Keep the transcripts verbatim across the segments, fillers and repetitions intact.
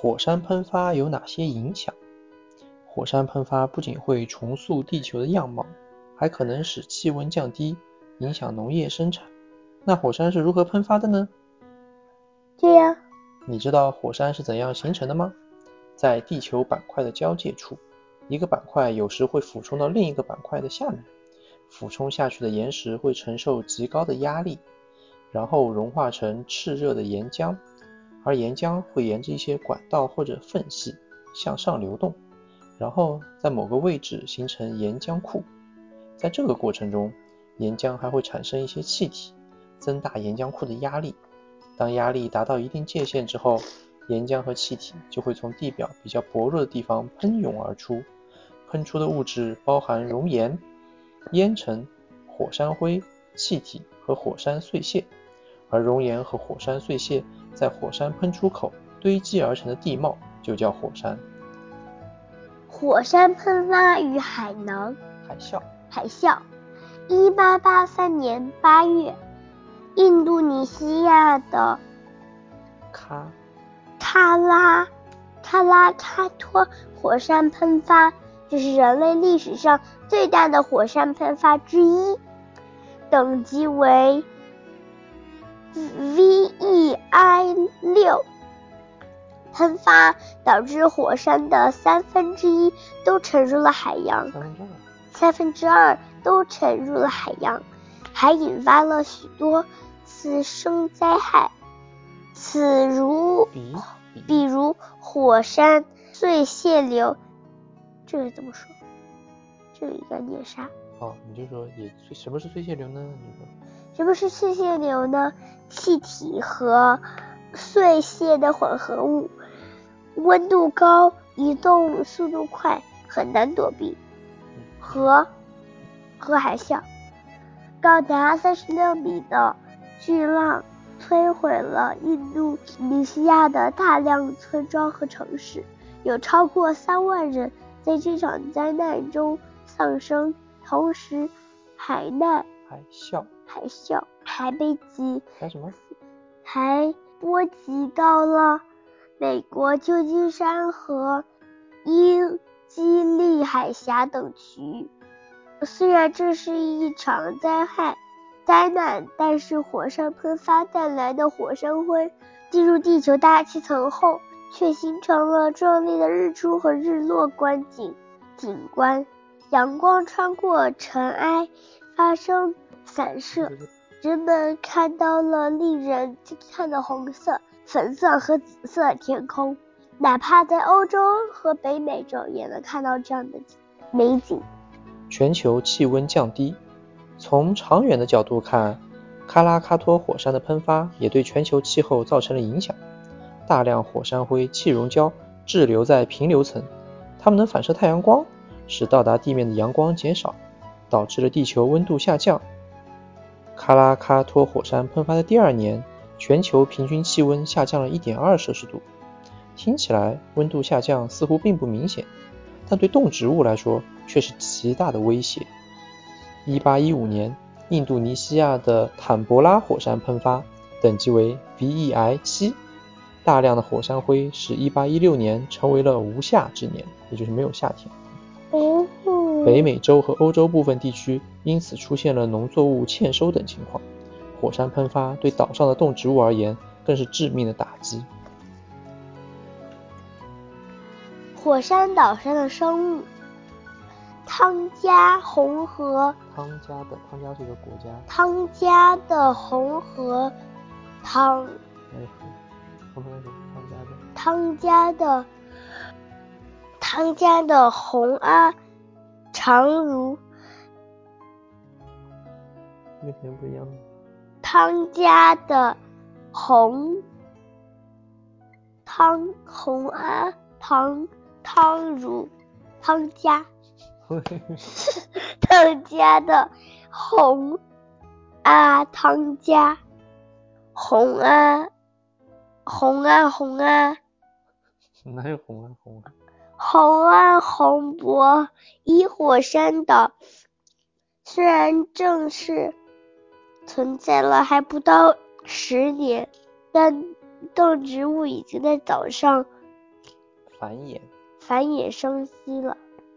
火山喷发有哪些影响？火山喷发不仅会重塑地球的样貌，还可能使气温降低，影响农业生产。那火山是如何喷发的呢？ 对呀。 你知道火山是怎样形成的吗？在地球板块的交界处，一个板块有时会俯冲到另一个板块的下面，俯冲下去的岩石会承受极高的压力，然后融化成炽热的岩浆，而岩浆会沿着一些管道或者缝隙向上流动，然后在某个位置形成岩浆库。在这个过程中，岩浆还会产生一些气体，增大岩浆库的压力。当压力达到一定界限之后，岩浆和气体就会从地表比较薄弱的地方喷涌而出。喷出的物质包含熔岩、烟尘、火山灰、气体和火山碎屑，而熔岩和火山碎屑在火山喷出口堆积而成的地貌就叫火山。 火山喷发与海能海啸海啸一八八三年八月，印度尼西亚的喀喀拉喀拉喀托火山喷发，这是人类历史上最大的火山喷发之一，等级为 V E I 六。喷发导致火山的三分之一都沉入了海洋，三分之二都沉入了海洋，还引发了许多次生灾害，此如比比如火山碎屑流，这个怎么说？这个应该念啥？ 哦，你就说也什么是碎屑流呢？你说什么是碎屑流呢？气体和碎屑的混合物，温度高，移动速度快，很难躲避。和和海啸，高达三十六米的巨浪摧毁了印度尼西亚的大量村庄和城市，有超过三万人在这场灾难中丧生。同时，海难海啸海啸还被及还什么？ 还波及到了美国旧金山和英吉利海峡等区域。虽然这是一场灾害灾难，但是火山喷发带来的火山灰进入地球大气层后，却形成了壮丽的日出和日落观景景观。阳光穿过尘埃发生散射，人们看到了令人惊叹的红色、粉色和紫色天空，哪怕在欧洲和北美洲也能看到这样的美景。 全球气温降低，从长远的角度看，喀拉喀托火山的喷发也对全球气候造成了影响。大量火山灰气溶胶滞留在平流层，它们能反射太阳光，使到达地面的阳光减少，导致了地球温度下降。喀拉喀托火山喷发的第二年，全球平均气温下降了 一点二摄氏度。听起来温度下降似乎并不明显，但对动植物来说却是极大的威胁。一八一五年，印度尼西亚的坦博拉火山喷发，等级为 V E I 七，大量的火山灰使一八一六年成为了无夏之年，也就是没有夏天。 哦， 北美洲和欧洲部分地区因此出现了农作物欠收等情况。火山喷发对岛上的动植物而言更是致命的打击。 火山岛上的生物，汤加红河汤加的汤加是一个国家。 汤加的红河汤汤加的汤加的红阿长如跟前不一样。 汤加的红汤红阿汤汤如汤加汤加的红啊汤加红啊红啊红啊哪有红啊红啊红啊红博一火山岛，虽然正式存在了还不到十年，但动植物已经在岛上繁衍， 繁衍生息了。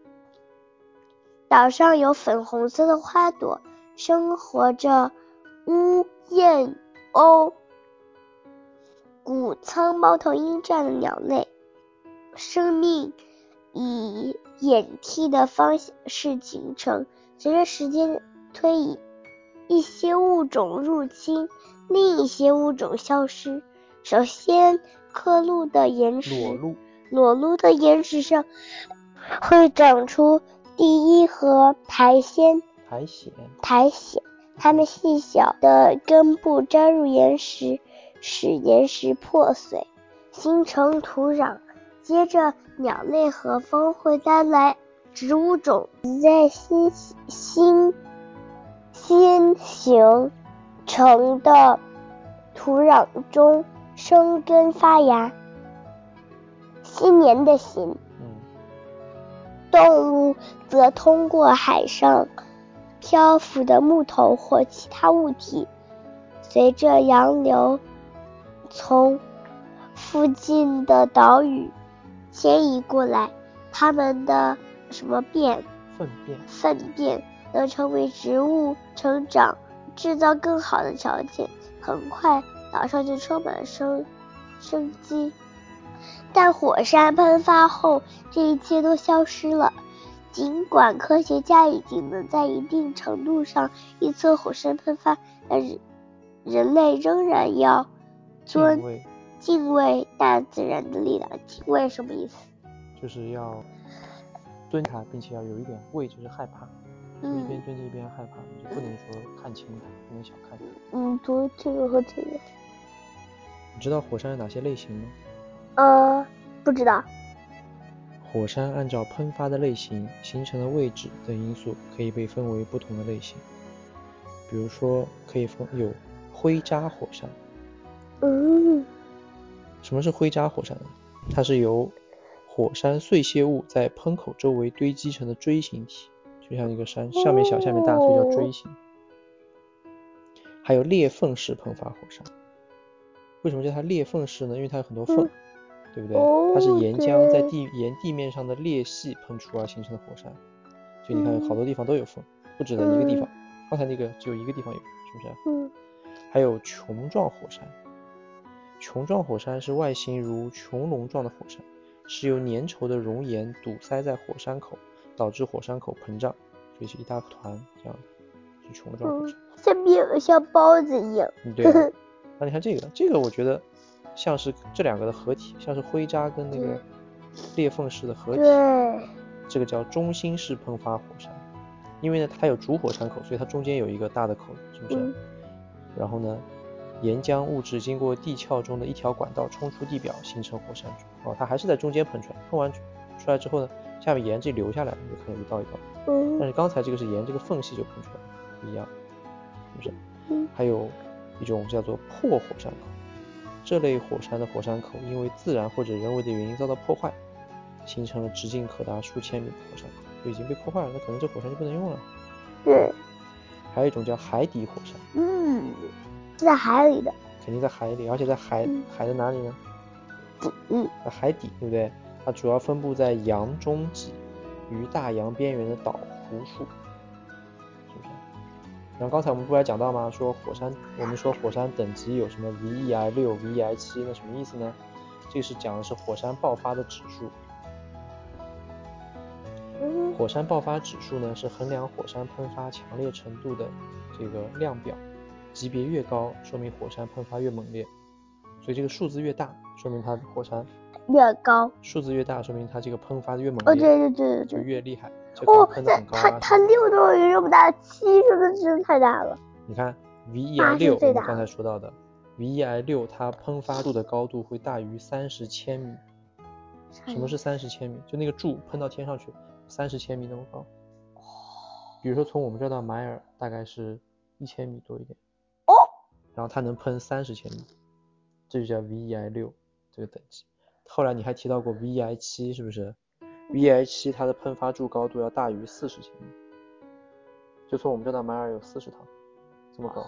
岛上有粉红色的花朵，生活着乌燕鸥、谷仓猫头鹰这样的鸟类。生命以演替的方式形成，随着时间推移，一些物种入侵，另一些物种消失。首先，刻录的岩石裸露裸露的岩石上会长出第一和苔藓苔藓苔藓，它们细小的根部粘入岩石，使岩石破碎，形成土壤。接着，鸟类和风会带来植物种子在新新新形成的土壤中生根发芽。新年的新， 嗯， 动物则通过海上漂浮的木头或其他物体，随着洋流从附近的岛屿迁移过来。它们的什么便粪便粪便能成为植物成长制造更好的条件。很快，岛上就充满生生机。但火山喷发后，这一切都消失了。尽管科学家已经能在一定程度上预测火山喷发，但是人类仍然要尊敬畏敬畏大自然的力量。敬畏什么意思？ 就是要尊它，并且要有一点畏，就是害怕，就一边尊敬一边害怕，你就不能说看轻它，不能小看它。 嗯，读这个和这个。 你知道火山有哪些类型吗？ 呃，不知道。 火山按照喷发的类型、形成的位置等因素，可以被分为不同的类型。比如说，可以分有灰渣火山。 嗯， 什么是灰渣火山呢？它是由火山碎屑物在喷口周围堆积成的锥形体，就像一个山，上面小下面大，所以叫锥形。还有裂缝式喷发火山。为什么叫它裂缝式呢？因为它有很多缝，对不对？它是岩浆在地沿地面上的裂隙喷出而形成的火山，所以你看好多地方都有缝，不止在一个地方。刚才那个只有一个地方有，是不是？ 嗯。 还有穹状火山。穹状火山是外形如穹隆状的火山，是由粘稠的熔岩堵塞在火山口，导致火山口膨胀，所以是一大团这样的，是穹状火山。 像面像包子一样。 嗯，对啊。那你看这个，这个我觉得像是这两个的合体，像是灰渣跟那个裂缝式的合体。 对。 这个叫中心式喷发火山，因为呢它有主火山口，所以它中间有一个大的口，是不是？嗯、然后呢，岩浆物质经过地壳中的一条管道冲出地表，形成火山柱。哦，它还是在中间喷出来，喷完出来之后呢，下面沿这流下来，你就看有一道一道。嗯。但是刚才这个是沿这个缝隙就喷出来，不一样，是不是？嗯。还有一种叫做破火山口，这类火山的火山口因为自然或者人为的原因遭到破坏，形成了直径可达数千米的火山口，就已经被破坏了，那可能这火山就不能用了。 对。 还有一种叫海底火山。 嗯，是在海里的。 肯定在海里，而且在海、嗯、海的哪里呢？ 嗯， 在海底，对不对？它主要分布在洋中脊与大洋边缘的岛湖处，是不是？然后刚才我们不是讲到吗？说火山，我们说火山等级有什么 V E I 六、V E I 七，那什么意思呢？这个是讲的是火山爆发的指数。火山爆发指数呢，是衡量火山喷发强烈程度的这个量表，级别越高，说明火山喷发越猛烈。所以这个数字越大，说明它火山越高。 数字越大，说明它这个喷发的越猛烈。 哦，对对对对， 就越厉害。 哦， 喷得很高啊。 它它六都有这么大，七真的真的太大了。 你看 V E I 六，我们刚才说到的 V E I 六，它喷发柱的高度会大于三十千米。什么是三十千米？就那个柱喷到天上去，三十千米那么高。比如说从我们这到买尔大概是一千米多一点。 哦。 然后它能喷三十千米，这就叫 V E I 六这个等级。后来你还提到过 V E I 七，是不是？V E I 七它的喷发柱高度要大于四十千米，就从我们这到买尔有四十趟，这么高。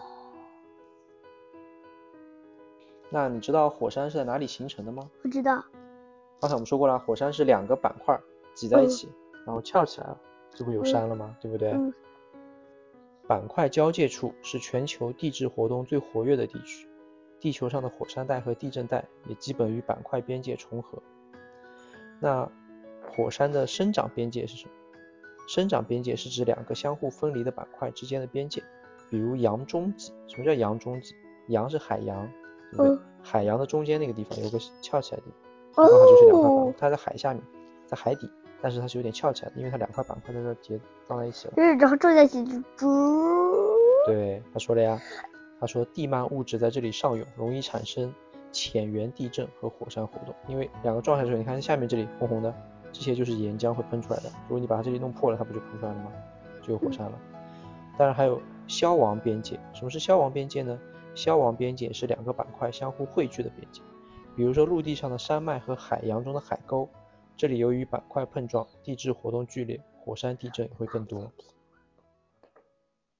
那你知道火山是在哪里形成的吗？ 不知道。 刚才我们说过了，火山是两个板块挤在一起，嗯、然后翘起来了，就会有山了嘛，嗯、对不对？ 嗯。 板块交界处是全球地质活动最活跃的地区，地球上的火山带和地震带也基本与板块边界重合。那火山的生长边界是什么？生长边界是指两个相互分离的板块之间的边界，比如洋中脊。什么叫洋中脊？洋是海洋，对不对？嗯、海洋的中间那个地方有个翘起来的地方，刚好就是两块板块，它在海下面，在海底，但是它是有点翘起来的，因为它两块板块在这结撞在一起了。 然后撞在一起就对，他说了呀，他说地幔物质在这里上涌，容易产生浅源地震和火山活动。因为两个撞下去，你看下面这里红红的，这些就是岩浆会喷出来的。如果你把它这里弄破了，它不就喷出来了吗？就有火山了。当然还有消亡边界。什么是消亡边界呢？消亡边界是两个板块相互汇聚的边界。比如说陆地上的山脉和海洋中的海沟，这里由于板块碰撞，地质活动剧烈，火山地震也会更多。